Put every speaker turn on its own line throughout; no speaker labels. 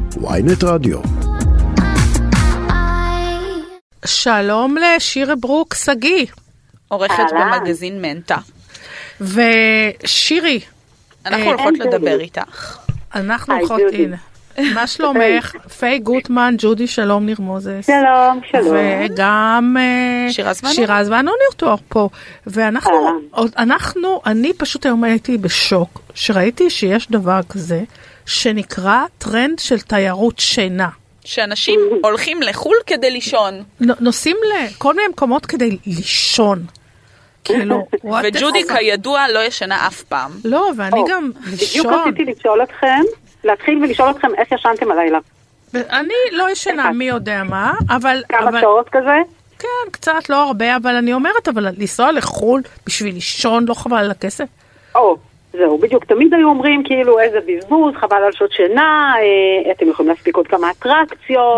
ynet רדיו.
שלום לשירי ברוק סגי,
עורכת במגזין מנטה.
ושירי,
אנחנו הולכות לדבר איתך.
אנחנו הולכות, הנה. מה שלומך? פי גוטמן, ג'ודי שלום ניר מוזס.
שלום, שלום.
וגם
שירה
זמנו נרתור פה. ואנחנו, אני פשוט היום הייתי בשוק, שראיתי שיש דבר כזה, שנקרא טרנד של תיירות שינה.
שאנשים הולכים לחול כדי לישון.
נוסעים לכל מיני מקומות כדי לישון. כאילו,
וג'ודי כידוע לא ישנה אף פעם.
לא, ואני גם לישון.
בדיוק רציתי לשאול אתכם, להתחיל ולשאול אתכם איך ישנתם הלילה.
אני לא ישנה מי יודע מה, אבל...
כמה שעות כזה?
כן, קצת, לא הרבה, אבל אני אומרת, אבל לנסוע לחול בשביל לישון, לא חבל על הכסף?
זהו, בדיוק, תמיד היו אומרים כאילו איזה בזבוז, חבל על שעות שינה, אתם יכולים להספיק עוד כמה אטרקציות.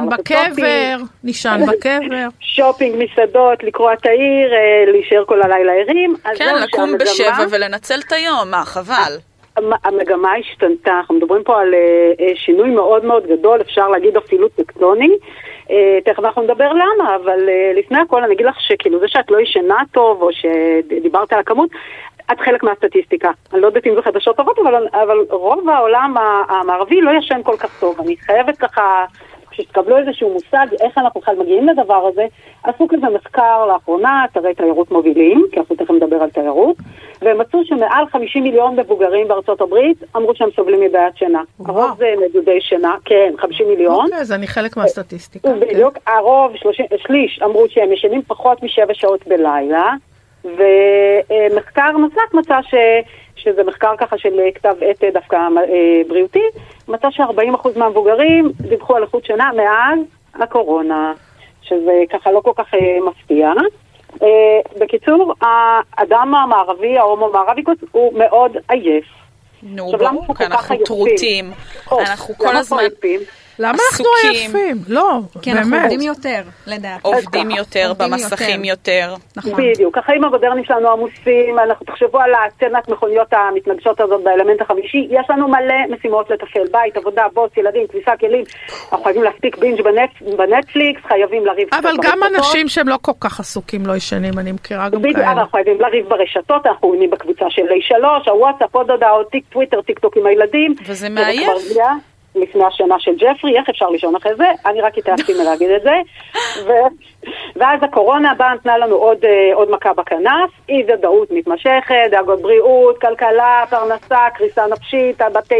נשען בקבר.
שופינג, מסעדות, לקרוא את העיר, להישאר כל הלילה ערים.
כן, לקום ב7 ולנצל את היום, מה, חבל.
המגמה השתנתה, אנחנו מדברים פה על שינוי מאוד מאוד גדול, אפשר להגיד אפילו טקטוני. תכף אנחנו נדבר למה, אבל לפני הכל אני אגיד לך שכאילו זה שאת לא ישנה טוב, או שדיברת על הכמות, את חלק מהסטטיסטיקה. אני לא יודעת אם זה חדשות טובות, אבל רוב העולם המערבי לא ישן כל כך טוב. אני חייבת ככה, כשתקבלו איזשהו מושג, איך אנחנו בכלל מגיעים לדבר הזה, עשו כזה מחקר לאחרונה, אתרי תיירות מובילים, כי אנחנו תכף נדבר על תיירות, והם מצאו שמעל 50 מיליון מבוגרים בארצות הברית אמרו שהם סובלים מבעיית שינה. הרוב זה נדודי שינה, כן, 50 מיליון.
אז אני חלק מהסטטיסטיקה.
בדיוק, הרוב, שליש, אמרו שהם ישנים פחות מ7 שעות בלילה, ומחקר נוסף מצא שזה מחקר ככה של כתב עת דווקא בריאותי, מצא ש40% מהמבוגרים דיווחו על איכות שינה מאז הקורונה, שזה ככה לא כל כך מפתיע. בקיצור, האדם המערבי, ההומו המערביקוס, הוא מאוד עייף.
נו, ברור, אנחנו טרוטים, אנחנו כל הזמן
למה אנחנו עייפים? לא,
כי אנחנו עובדים יותר, לדעת.
עובדים יותר, במסכים יותר.
בדיוק, החיים המודרניים שלנו עמוסים, אנחנו תחשבו על הצנת מכוניות המתנגשות הזאת באלמנט החמישי, יש לנו מלא משימות לתפעל, בית, עבודה, בוס, ילדים, כביסה, כלים, אנחנו חייבים להספיק בינג' בנטפליקס, חייבים לריב
אבל גם אנשים שהם לא כל כך עסוקים לא ישנים, אני מכירה גם כאלה.
אנחנו חייבים לריב ברשתות, אנחנו עונים בקבוצה של A3, הוואטסאפ, עוד הודעות, טוויטר, טיקטוק עם הילדים.
וזה מעייף.
לפני השנה של ג'פרי, איך אפשר לישון אחרי זה? אני רק התעסקתי מלהגיד את זה. ואז הקורונה באה נתנה לנו עוד מכה בכנף, אי ודאות מתמשכת, דאגות בריאות, כלכלה, פרנסה, קריסה נפשית,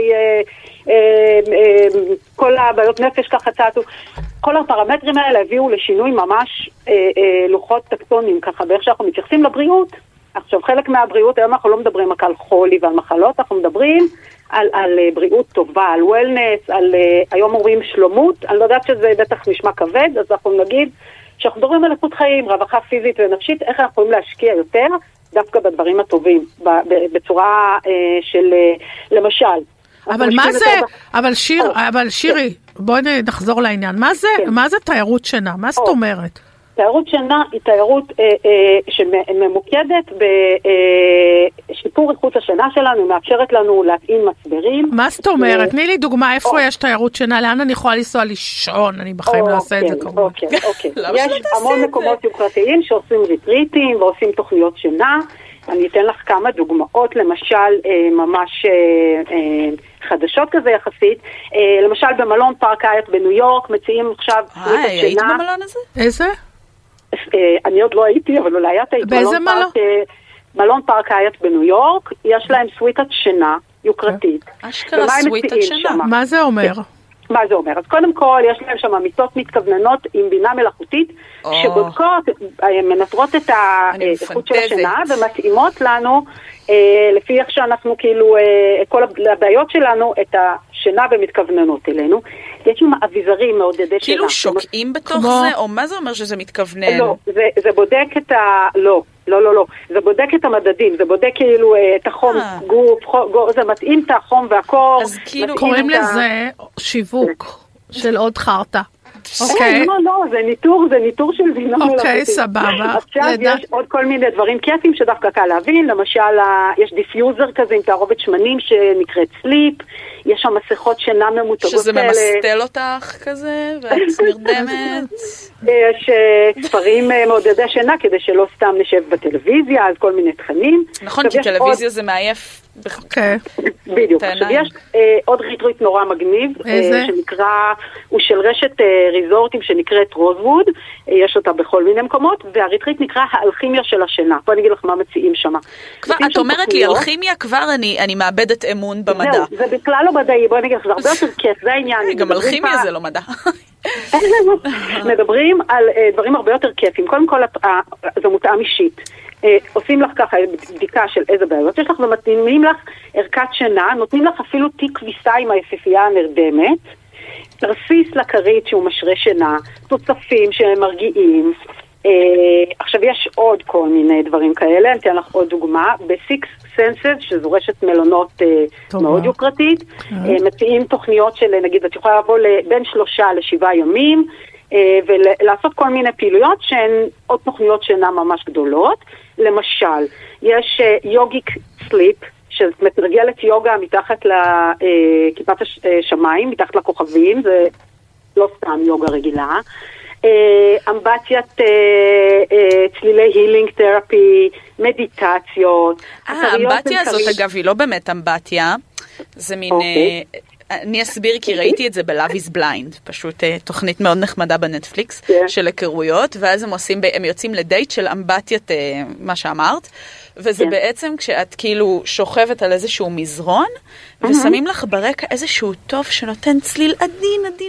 כל הבעיות נפש ככה צעתו. כל הפרמטרים האלה הביאו לשינוי ממש לוחות טקטוניים ככה, באיך שאנחנו מתייחסים לבריאות. עכשיו, חלק מהבריאות, היום אנחנו לא מדברים רק על חולי ועל מחלות, אנחנו מדברים על בריאות טובה, על וולנס, היום אומרים שלומות, אני לא יודעת שזה בטח נשמע כבד, אז אנחנו נגיד שאנחנו מדברים על איכות חיים, רווחה פיזית ונפשית, איך אנחנו יכולים להשקיע יותר, דווקא בדברים הטובים, בצורה של, למשל.
אבל מה זה, אבל שירי, בואי נחזור לעניין, מה זה תיירות שינה? מה זאת אומרת?
תיירות שינה היא תיירות שממוקדת בשיפור איכות השינה שלנו, מאפשרת לנו להתאים מצברים.
מה זאת אומרת? תני לי דוגמה, איפה יש תיירות שינה? לאן אני יכולה לנסוע לישון? אני בחיים לא אעשה את זה כמובן.
אוקיי. יש המון מקומות יוקרתיים שעושים ריטריטים ועושים תוכניות שינה. אני אתן לך כמה דוגמאות, למשל ממש חדשות כזה יחסית. למשל במלון פארק הייט בניו יורק מציעים עכשיו סוויטת שינה.
היית במלון הזה?
איזה?
אני עוד לא הייתי, אבל אולי את היית.
באיזה מלון?
מלון פארק הייט בניו יורק, יש להם סוויטת שינה יוקרתית.
אשכרה סוויטת שינה.
מה זה אומר?
מה זה אומר? אז קודם כל, יש להם שם מיטות מתכווננות עם בינה מלאכותית, שבודקות, מנטרות את האיכות של השינה, ומתאימות לנו, לפי איך שאנחנו כאילו, כל הבעיות שלנו, את השינה ומתכווננות אלינו. יש שם אביזרים מעודדי שינה.
כאילו שוקעים בתוך זה, או מה זה אומר שזה מתכוונן?
לא, זה בודק את לא. זה בודק את המדדים, זה בודק כאילו את החום גוף, זה מתאים את החום והקור.
אז כאילו
קוראים לזה שיווק של עוד חרטה. אוקיי.
לא, זה ניטור של בינה מלאכותית.
אוקיי, סבבה.
עכשיו יש עוד כל מיני דברים כיפים שדווקא קל להבין, למשל יש דיפיוזר כזה עם תערובת שמנים שנקראת סליפ, יש שם מסכות שינה ממותגות כאלה.
שזה ממסטל אותך כזה, ואת נרדמת.
יש ספרים מעודדי שינה כדי שלא סתם נשב בטלוויזיה, אז כל מיני תכנים.
נכון, כי טלוויזיה זה מעייף.
אוקיי.
בדיוק. עכשיו יש עוד ריטריט נורא מגניב, שנקרא, הוא של רשת ריזורטים שנקראת רוזווד, יש אותה בכל מיני מקומות, והריטריט נקרא האלכימיה של השינה. בוא נגיד לך מה מציעים שם.
את אומרת לי, אלכימיה כבר אני מאבדת אמון במדע.
זה בכלל לא מדעי, בוא נגיד לך, זה הרבה יותר כיף, זה העניין.
גם אלכימיה זה לא מדע.
מדברים על דברים הרבה יותר כיפים. קודם כל, זה מותאם אישית. עושים לך ככה בדיקה של איזה בעיות יש לך, ומתאימים לך ערכת שינה, נותנים לך אפילו תיק כביסה עם היפיפייה הנרדמת, תרסיס לכרית שהוא משרה שינה, תוצפים שהם מרגיעים. עכשיו יש עוד כל מיני דברים כאלה, אני אתן לך עוד דוגמה, ב-Six Senses, שזו רשת מלונות מאוד יוקרתית, מציעים תוכניות של, נגיד, את יכולה לבוא בין 3 ל7 ימים, ולעשות כל מיני פעילויות שהן עוד תוכניות שינה ממש גדולות. למשל, יש יוגיק סליפ, שמתרגלת יוגה מתחת לכיפת השמיים, מתחת לכוכבים, זה לא סתם יוגה רגילה. אמבטיית צלילי הילינג תרפי, מדיטציות.
האמבטיה הזאת אגב היא לא באמת אמבטיה, זה מין... אני אסביר כי ראיתי את זה ב-Love is Blind, פשוט תוכנית מאוד נחמדה בנטפליקס של היכרויות, ואז הם יוצאים לדייט של אמבטיית מה שאמרת, וזה בעצם כשאת כאילו שוכבת על איזשהו מזרון, ושמים לך ברקע איזשהו טוב שנותן צליל עדין.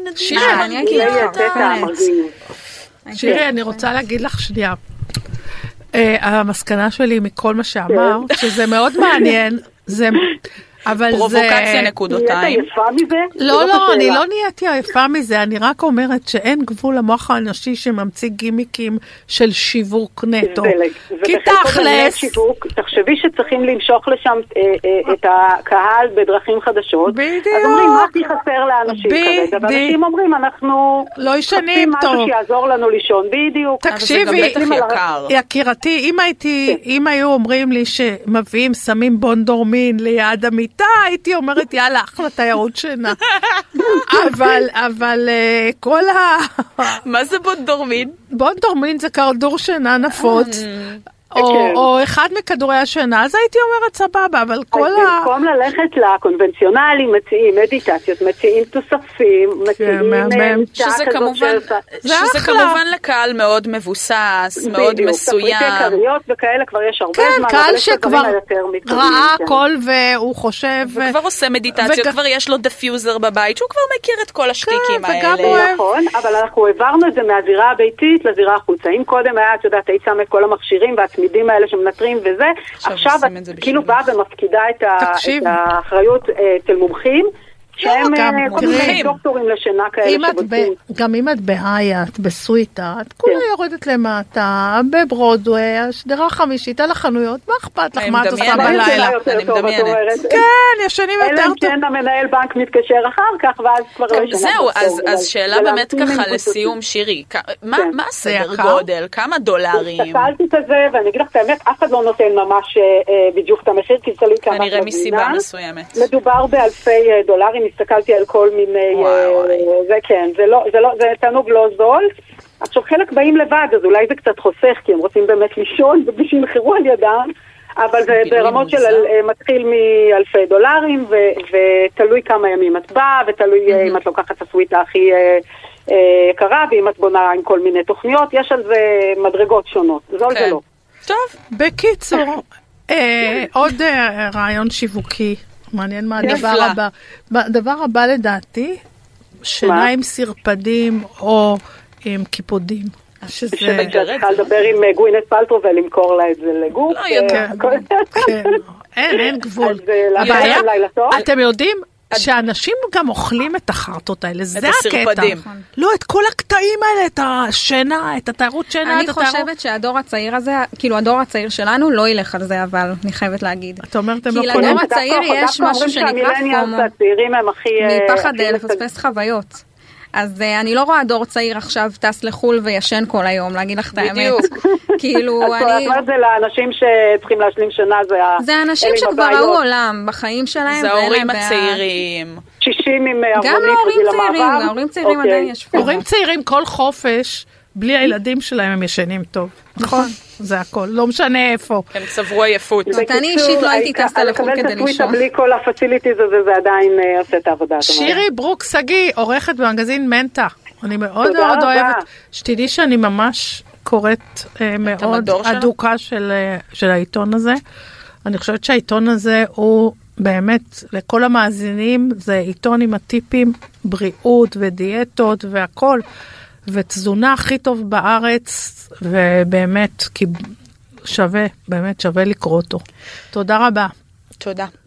שירי, אני רוצה להגיד לך שנייה. המסקנה שלי מכל מה שאמר, שזה מאוד מעניין, זה...
פרובוקציה נקודותיים.
נהיית יפה מזה?
לא, אני לא נהייתי יפה מזה, אני רק אומרת שאין גבול למוח האנושי שממציא גימיקים של שיווק נטו. כי תכלס...
תחשבי שצריכים למשוך לשם את הקהל בדרכים חדשות.
בדיוק.
אז אומרים, מה כי חסר לאנשים כרגע? ואנשים אומרים, אנחנו...
לא ישנים טוב.
משהו שיעזור לנו לישון, בדיוק.
תקשיבי, יקירתי, אם היו אומרים לי שמביאים סמים בונדורמין ליד המיטה, הייתי אומרת, יאללה, אחלה תיירות שינה. אבל כל
מה זה בונדורמין?
בונדורמין זה כדור שינה נפוץ. או אחד מכדורי השינה, אז הייתי אומרת סבבה, אבל כל
במקום ללכת לקונבנציונלי, מציעים מדיטציות, מציעים תוספים, מציעים...
שזה כמובן לקהל מאוד מבוסס, מאוד מסוים.
תפריטי קריות וכאלה כבר יש הרבה זמן.
כן, קהל שכבר ראה הכל והוא חושב...
וכבר עושה מדיטציות, כבר יש לו דיפיוזר בבית, שהוא כבר מכיר את כל השטיקים האלה.
נכון, אבל אנחנו העברנו את זה מהזירה הביתית לזירה החוצה. אם קודם היה, את יודעת, היית שם את כל המכשירים והצמידים האלה שמנטרים וזה, עכשיו את כאילו באה ומפקידה את האחריות אצל מומחים, שהם כל מיני דוקטורים לשינה כאלה שבוצעים.
גם אם את בהיאט, בסוויטה, את כולה יורדת למטה, בברודווי, השדרה חמישית, על החנויות, מה אכפת לך? מה את עושה בלילה?
אני מדמיינת.
כן, ישנים יותר טוב.
אלא כן המנהל בנק מתקשר אחר כך, ואז כבר לא ישנה.
זהו, אז שאלה באמת ככה לסיום, שירי, מה הסדר גודל? כמה דולרים?
הסתכלתי את זה, ואני אגיד לך את האמת, אף אחד לא נותן ממש בדיוק את המחיר, כי זה לי כמה
כנראה מסיבה מסוימת.
מדובר באלפי דולרים, הסתכלתי על כל מיני, זה כן, זה תענוג לא זול. עכשיו חלק באים לבד, אז אולי זה קצת חוסך, כי הם רוצים באמת לישון ושימחרו על ידם, אבל זה ברמות של מתחיל מאלפי דולרים, ותלוי כמה ימים את באה, ותלוי אם את לוקחת את הסוויטה הכי יקרה, ואם את בונה עם כל מיני תוכניות, יש על זה מדרגות שונות, זול זה לא.
טוב.
בקיצור, עוד רעיון שיווקי, מעניין מה הדבר הבא. הדבר הבא לדעתי, שינה עם סרפדים או עם קיפודים.
צריכה לדבר עם גווינט פלטרו ולמכור לה את זה לגוף.
לא יודע.
אין גבול. הבעיה, אתם יודעים שאנשים גם אוכלים את החרטות האלה, זה הקטע. לא, את כל הקטעים האלה, את השינה, את התיירות שינה.
אני חושבת שהדור הצעיר הזה, כאילו הדור הצעיר שלנו לא ילך על זה, אבל אני חייבת להגיד.
את אומרת, הם
לא קונים. כי לדור הצעיר יש משהו שנקרא פומו,
מפחד
לפספס חוויות. אז אני לא רואה דור צעיר עכשיו טס לחול וישן כל היום, להגיד לך את האמת.
בדיוק.
כאילו, אני... אז זה לאנשים שצריכים להשלים שנה,
זה אנשים שכבר ראו עולם בחיים שלהם.
זה ההורים הצעירים.
60 עם ארמונית
גם להורים צעירים, להורים צעירים עדיין ישפו.
הורים צעירים כל חופש, בלי הילדים שלהם הם ישנים טוב. נכון. זה הכל, לא משנה איפה.
הם צברו עייפות.
אני אישית לא הייתי טסה לחול כדי לישון.
בלי כל הפסיליטיז הזה, זה עדיין עושה את העבודה.
שירי ברוק סגי, עורכת במגזין מנטה. אני מאוד מאוד אוהבת. שתדעי שאני ממש קוראת מאוד אדוקה של העיתון הזה. אני חושבת שהעיתון הזה הוא באמת, לכל המאזינים, זה עיתון עם הטיפים, בריאות ודיאטות והכל. ותזונה הכי טוב בארץ, ובאמת, כי שווה, באמת שווה לקרוא אותו. תודה רבה.
תודה.